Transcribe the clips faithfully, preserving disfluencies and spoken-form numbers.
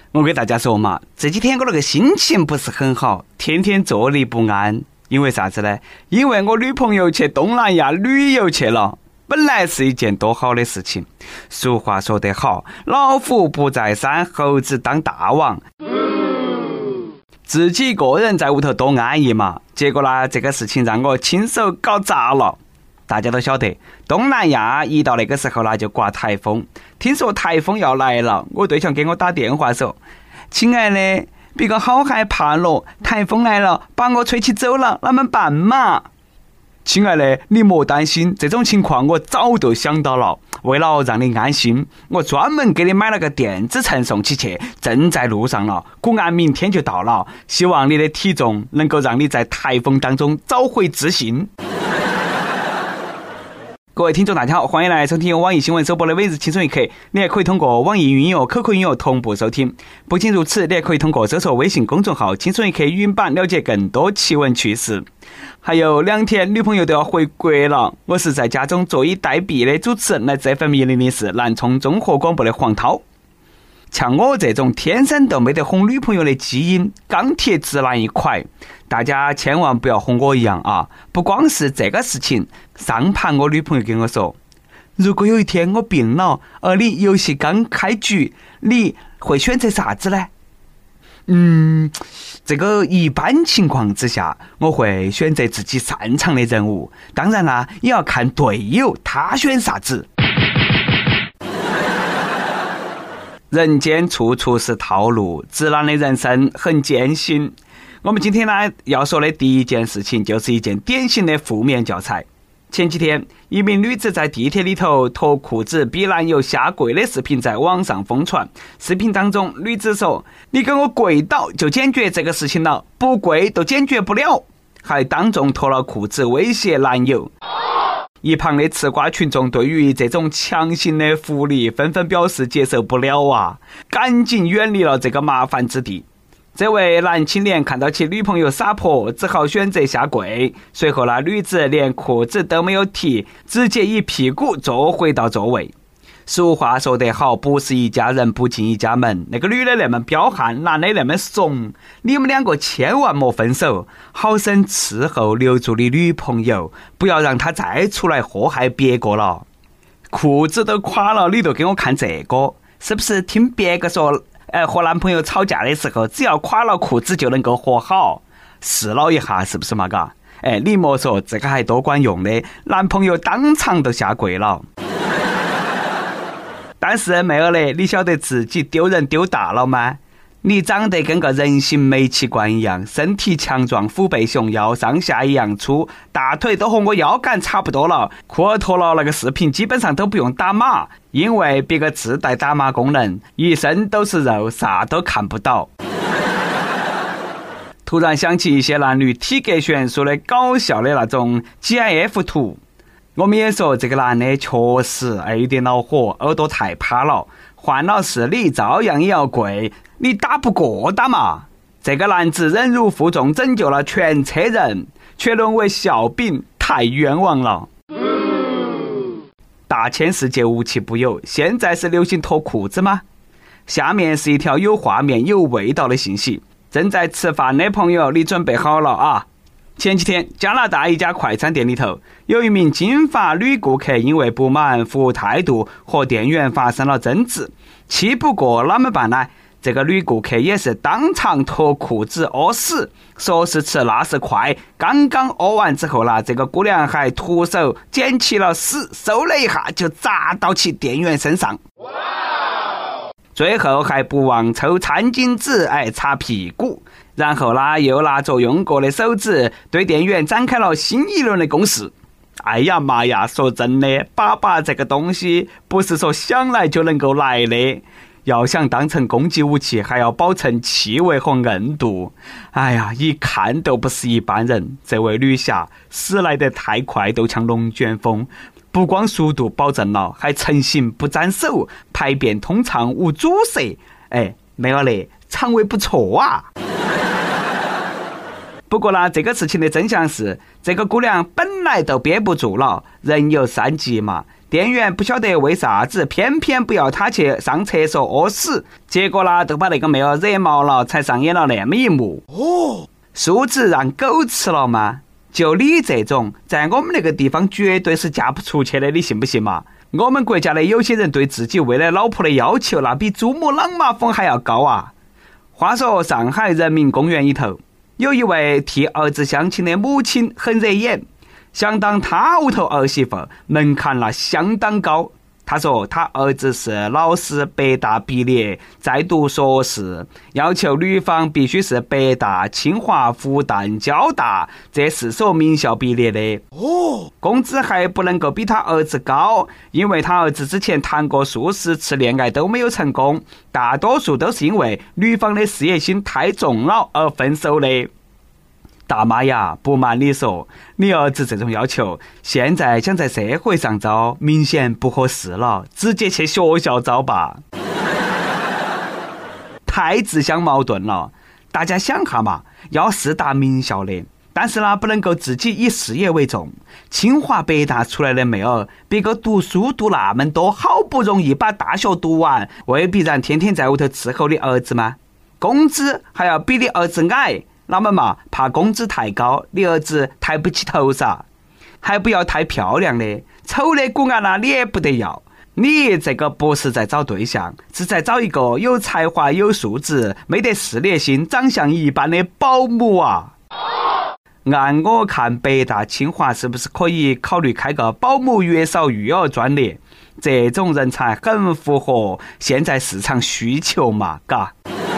我给大家说嘛，这几天我那个心情不是很好，天天坐立不安。因为啥子呢？因为我女朋友去东南亚旅游去了，本来是一件多好的事情。俗话说得好，老虎不在山，猴子当大王。自己一个人在屋头多安逸嘛，结果呢，这个事情让我亲手搞砸了。大家都晓得，东南亚一到那个时候呢，就刮台风。听说台风要来了，我对象给我打电话说：“亲爱的，别个好害怕咯，台风来了，把我吹起走了，那么办嘛？”亲爱的，你莫担心，这种情况我早就想到了。为了让你安心，我专门给你买了个电子秤送起去，正在路上了，果然明天就到了。希望你的体重能够让你在台风当中找回自信。各位听众大家好，欢迎来收听由网易新闻首播的每日轻松一刻，你也可以通过网易云音乐、Q Q 音乐同步收听。不仅如此，你也可以通过搜索微信公众号轻松一刻语音版了解更多奇闻趣事。还有两天女朋友都要回国了，我是在家中坐以待毙的主持人，来自 F M 一零零四南充综合广播的黄涛。像我这种天生都没得哄女朋友的基因，钢铁直男一块，大家千万不要和我一样啊！不光是这个事情，上盘我女朋友跟我说，如果有一天我病了，而你游戏刚开局，你会选择啥子呢？嗯，这个一般情况之下，我会选择自己擅长的人物，当然啦，也要看队友他选啥子。人间处处是套路，直男的人生很艰辛。我们今天呢要说的第一件事情，就是一件典型的负面教材。前几天，一名女子在地铁里头脱裤子逼男友下跪的视频在网上疯传。视频当中，女子说：“你给我跪倒就解决这个事情了，不跪都解决不了。”还当众脱了裤子威胁男友。一旁的吃瓜群众对于这种强行的福利纷纷表示接受不了啊，赶紧远离了这个麻烦之地。这位男青年看到其女朋友撒泼，只好选择下跪。随后呢，女子连裤子都没有提，直接一屁股坐回到座位。俗话说得好，不是一家人不进一家门。那个女的那么彪悍，男的那么怂，你们两个千万莫分手，好生伺候留住你女朋友，不要让她再出来祸害别个了。裤子都垮了，你都给我看这个，是不是听别个说，呃，和男朋友吵架的时候，只要垮了裤子就能够和好？试了一下，是不是嘛？嘎，哎，你莫说，这个还多管用的，男朋友当场都下跪了。但是妹儿嘞，你晓得自己丢人丢大了吗？你长得跟个人形煤气罐一样，身体强壮，虎背熊腰，上下一样粗，大腿都和我腰杆差不多了。裤儿脱了，那个视频基本上都不用打码，因为别个自带打码功能，一身都是肉，啥都看不到。突然想起一些男女体格悬殊的搞笑的那种 G I F 图。我们也说这个男的确实哎有点恼火，耳朵太趴了，换了是你照样也要跪，你打不过打嘛。这个男子忍辱负重拯救了全车人，却沦为笑柄，太冤枉了。大千世界无奇不有，现在是流行脱裤子吗？下面是一条有画面有味道的信息。正在吃饭的朋友，你准备好了啊？前几天，加拿大一家快餐店里头，有一名金发女顾客因为不满服务态度和店员发生了争执，气不过哪么办呢？这个女顾客也是当场脱裤子屙屎，说时迟那时快，刚刚屙完之后啦，这个姑娘还徒手捡起了屎，嗖了一下就砸到其店员身上。最后还不忘抽餐巾纸哎擦屁股，然后啦又拿着用过的手指对店员展开了新一轮的攻势。哎呀妈呀，说真的，粑粑这个东西不是说想来就能够来的，要想当成攻击武器，还要保证气味和硬度。哎呀，一看都不是一般人，这位女侠死来得太快，都像龙卷风。不光速度保证了，还成型不沾手，排便通畅无阻塞。哎，妹儿嘞，肠胃不错啊。不过呢，这个事情的真相是，这个姑娘本来都憋不住了，人有三急嘛， 店员不晓得为啥子偏偏不要他去上厕所屙屎，结果呢都把那个妹儿惹毛了，才上演了那么一幕。哦，树子让狗吃了吗？就你这种在我们那个地方绝对是嫁不出去的，你信不信嘛？我们国家的有些人对自己未来老婆的要求那比珠穆朗玛峰还要高啊。话说上海人民公园里头有一位替儿子相亲的母亲很热眼，想当他屋头儿媳妇门槛那相当高。他说他儿子是老师，北大毕业，在读硕士，要求女方必须是北大、清华、复旦、交大这四所名校毕业的。哦，工资还不能够比他儿子高，因为他儿子之前谈过数十次恋爱都没有成功，大多数都是因为女方的事业心太重了而分手的。大妈呀，不瞒你说，你儿子这种要求现在想在社会上招明显不合适了，直接去学校招吧。太自相矛盾了。大家想下嘛，要四大名校的，但是呢不能够自己以事业为重。清华北大出来的妹儿，别个读书读那么多，好不容易把大学读完，未必然天天在屋头伺候你儿子吗？工资还要比你儿子矮，那么嘛，怕工资太高，你儿子抬不起头噻。还不要太漂亮的，丑的骨啊，那你也不得要。你这个不是在找对象，是在找一个有才华、有素质、没得事业心、长相一般的保姆啊！按我看，北大、清华是不是可以考虑开个保姆月嫂育儿专列？这种人才很符合现在市场需求嘛，嘎。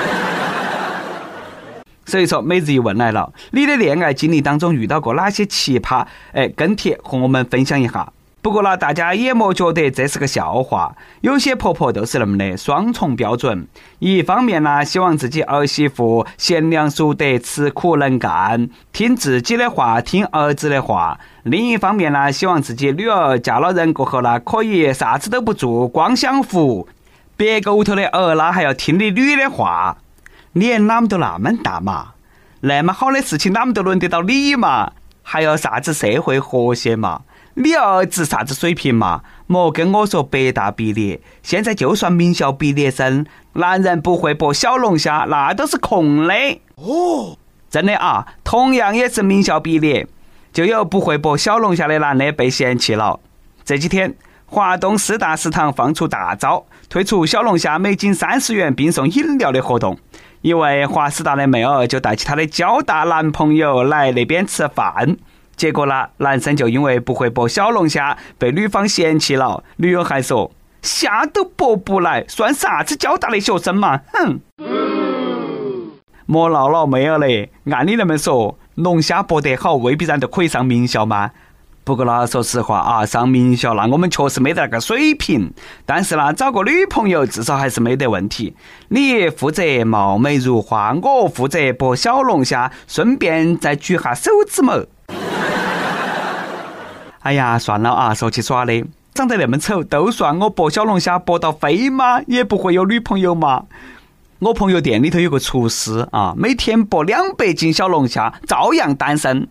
所以说每日一问来了，你的恋爱经历当中遇到过哪些奇葩？哎，跟帖和我们分享一下。不过呢，大家也莫觉得这是个笑话，有些婆婆都是那么的双重标准。一方面呢，希望自己儿媳妇贤良淑德、吃苦能干，听自己的话，听儿子的话；另一方面呢，希望自己女儿嫁了人过后呢，可以啥子都不做，光享福。别个屋头的儿呢，还要听你女的话。脸哪么都那么大嘛，那么好的事情哪么都轮得到你嘛？还有啥子社会和谐嘛？你儿子啥子水平嘛？莫跟我说北大毕业，现在就算名校毕业生，男人不会剥小龙虾，那都是空的。哦，真的啊，同样也是名校毕业，就有不会剥小龙虾的男的被嫌弃了。这几天华东师大食堂放出大招，推出小龙虾每斤三十元并送饮料的活动。一位华师大的妹儿就带起她的交大男朋友来那边吃饭，结果呢，男生就因为不会剥小龙虾被女方嫌弃了。女友还说：“虾都剥不来，算啥子交大的学生嘛？哼！”莫闹了妹儿嘞，按你那么说，龙虾剥得好，未必然都可以上名校吗？不过呢，说实话啊，上名校那我们确实没得那个水平，但是呢，找个女朋友至少还是没得问题。你负责貌美如花，我负责剥小龙虾，顺便再举下手指嘛。哎呀，算了啊，说起耍的，长得那么丑，都算我剥小龙虾剥到飞吗？也不会有女朋友嘛。我朋友店里头有个厨师啊，每天剥两百斤小龙虾，照样单身。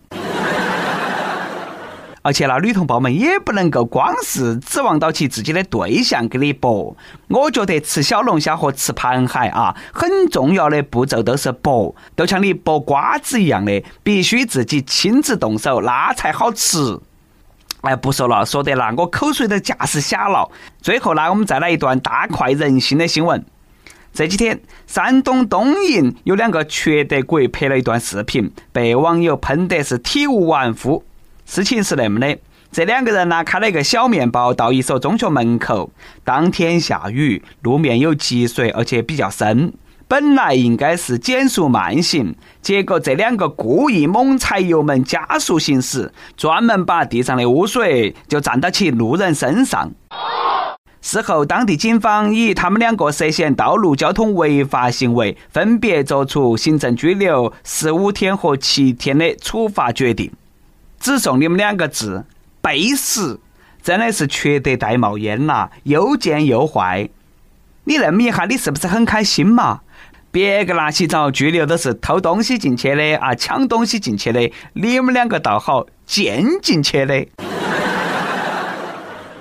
而且那女同胞们也不能够光是指望到起自己的对象给你剥，我觉得吃小龙虾和吃螃蟹啊，很重要的步骤都是剥，都像你剥瓜子一样的，必须自己亲自动手，那才好吃。哎，不说了，说得那我口水都架是下了。最后呢，我们再来一段大快人心的新闻。这几天，山东东营有两个缺德鬼拍了一段视频，被网友喷得是体无完肤。事情是那么的，这两个人呢开了一个小面包到一所中学门口，当天下雨，路面有积水，而且比较深，本来应该是减速慢行，结果这两个故意猛踩油门加速行驶，专门把地上的污水就沾到起路人身上。事后当地警方以他们两个涉嫌道路交通违法行为，分别作出行政拘留十五天和七天的处罚决定。只送你们两个字：背时！真的是缺德带冒烟啦，又贱又坏。你那么一下，你是不是很开心嘛？别个那些遭拘留都是偷东西进去的啊，抢东西进去的，你们两个倒好，贱进去的。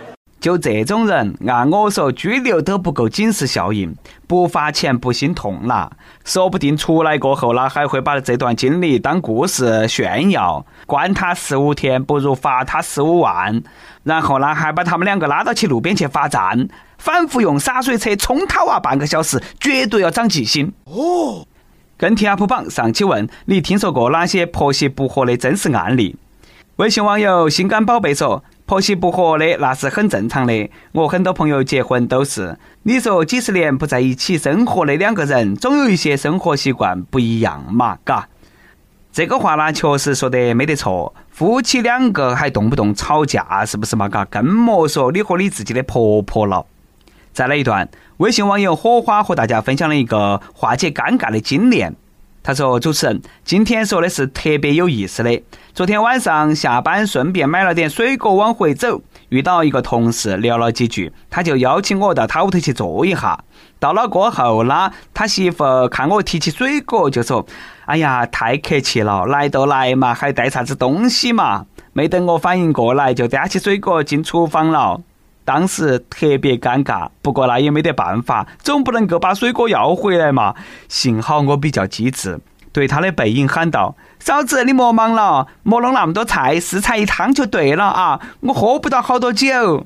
就这种人，按我说拘留都不够警示效应，不罚钱不心痛啦，说不定出来过后呢，还会把这段经历当故事炫耀，关他十五天不如罚他十五万，然后呢还把他们两个拉到起路边去罚站，反复用洒水车冲他娃半个小时，绝对要长记性哦。跟帖 U P 榜上期问你听说过哪些婆媳不和的真实案例？微信网友心肝宝贝说，婆媳不和的那是很正常的，我很多朋友结婚都是。你说几十年不在一起生活的两个人，总有一些生活习惯不一样嘛，嘎。这个话呢确实说得没得错，夫妻两个还动不动吵架，是不是嘛，嘎？更莫说你和你自己的婆婆了。再来一段，微信网友火花和大家分享了一个化解尴尬的经验。他说，主持人，今天说的是特别有意思的。昨天晚上下班顺便买了点水果往回走，遇到一个同事聊了几句，他就邀请我到他屋头去坐一下。到了过后呢，他媳妇看我提起水果就说，哎呀，太客气了，来都来嘛，还带啥子东西嘛。没等我反应过来，就端起水果进厨房了。当时特别尴尬，不过那也没得办法，总不能够把水果要回来嘛。幸好我比较机智，对他的背影喊道，嫂子你莫忙了，莫弄那么多菜，四菜一汤就对了啊，我喝不到好多酒。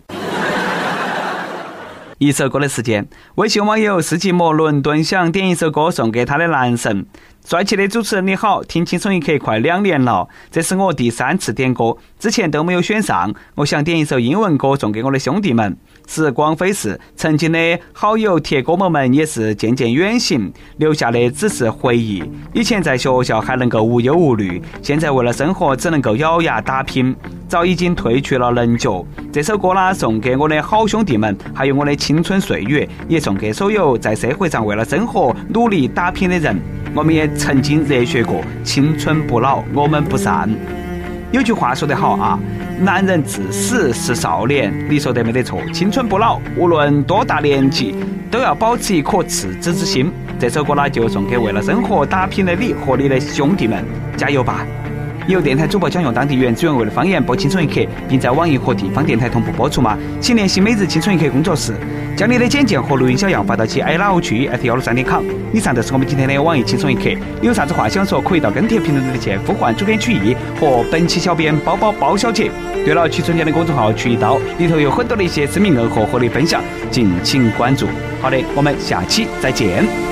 一首歌的时间，微信网友世纪末伦敦想点一首歌送给他的男神。帅气的主持人你好，听轻松一刻快两年了，这是我第三次点歌，之前都没有选上，我想点一首英文歌送给我的兄弟们。时光飞逝，曾经的好友铁哥们们也是渐渐远行，留下的只是回忆。以前在学校还能够无忧无虑，现在为了生活只能够咬牙打拼，早已经褪去了棱角。这首歌呢，送给我的好兄弟们，还有我的青春岁月，也送给所有在社会上为了生活努力打拼的人。我们也曾经热血过，青春不老，我们不散。有句话说得好啊，男人至死是少年，你说得没得错，青春不老，无论多大年纪都要保持一颗赤子之心。这首歌呢，就送给为了生活打拼的你和你的兄弟们，加油吧。由电台主播将用当地原汁原味的方言播轻松一刻，并在网易和地方电台同步播出吗？请联系每日轻松一刻工作室，将你的简介和录音小样发到其 i love 区 at 一六三点 com。以上就是我们今天的网易轻松一刻，有啥子话想说，可以到跟帖评论里去呼唤主编曲艺和本期小编包包包小姐。对了，曲春节的公众号曲一刀里头有很多的一些生命硬货和你分享，敬请关注。好的，我们下期再见。